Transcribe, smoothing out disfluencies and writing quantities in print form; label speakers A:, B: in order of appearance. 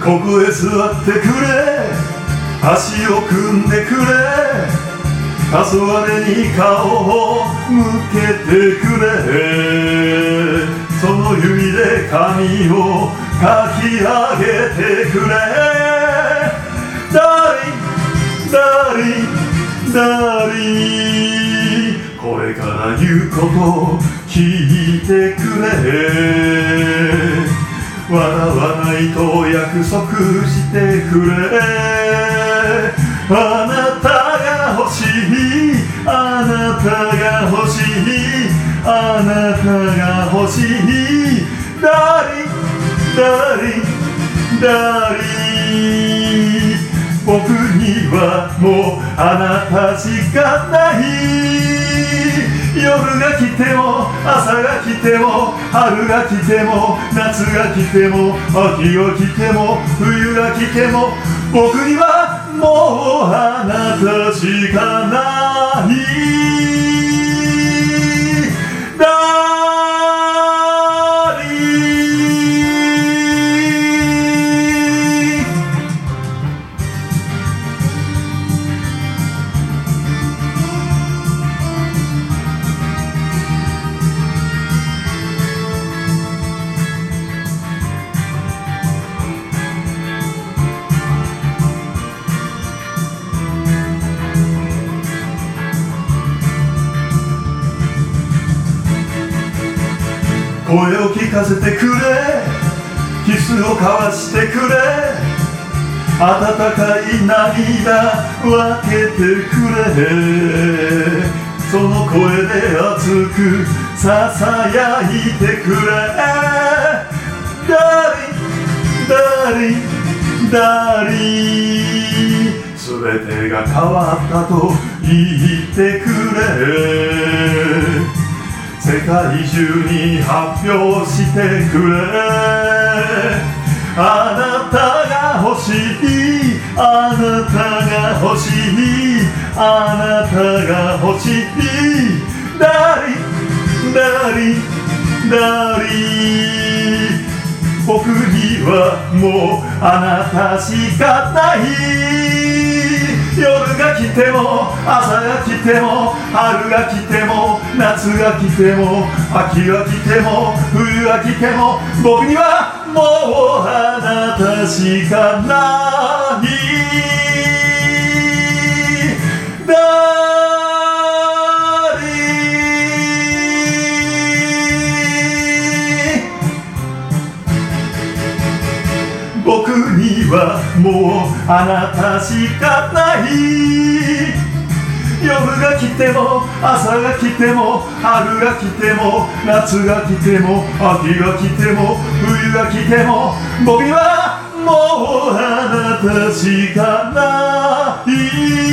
A: ここへ座ってくれ、足を組んでくれ、黄昏に顔を向けてくれ、その指で髪をかき上げてくれ。Darling, darling, darling、これから言うこと聞いてくれ、笑わないと約束してくれ。あなたが欲しい、あなたが欲しい、あなたが欲しい。Darling, darling, darling、僕にはもうあなたしかない。夜が来ても朝が来ても春が来ても夏が来ても秋が来ても冬が来ても、僕にはもうあなたしかない。声を聞かせてくれ、キスを交わしてくれ、温かい涙分けてくれ、その声で熱くささやいてくれ。Darling, darling, darling、全てが変わったと言ってくれ、世界中に発表してくれ。あなたが欲しい、あなたが欲しい、あなたが欲しい。Darling, darling, darling、僕にはもうあなたしかない。夜が来ても朝が来ても春が来ても夏が来ても秋が来ても冬が来ても、僕にはもうあなたしかない。僕にはもうあなたしかない。夜が来ても朝が来ても春が来ても夏が来ても秋が来ても冬が来ても、僕にはもうあなたしかない。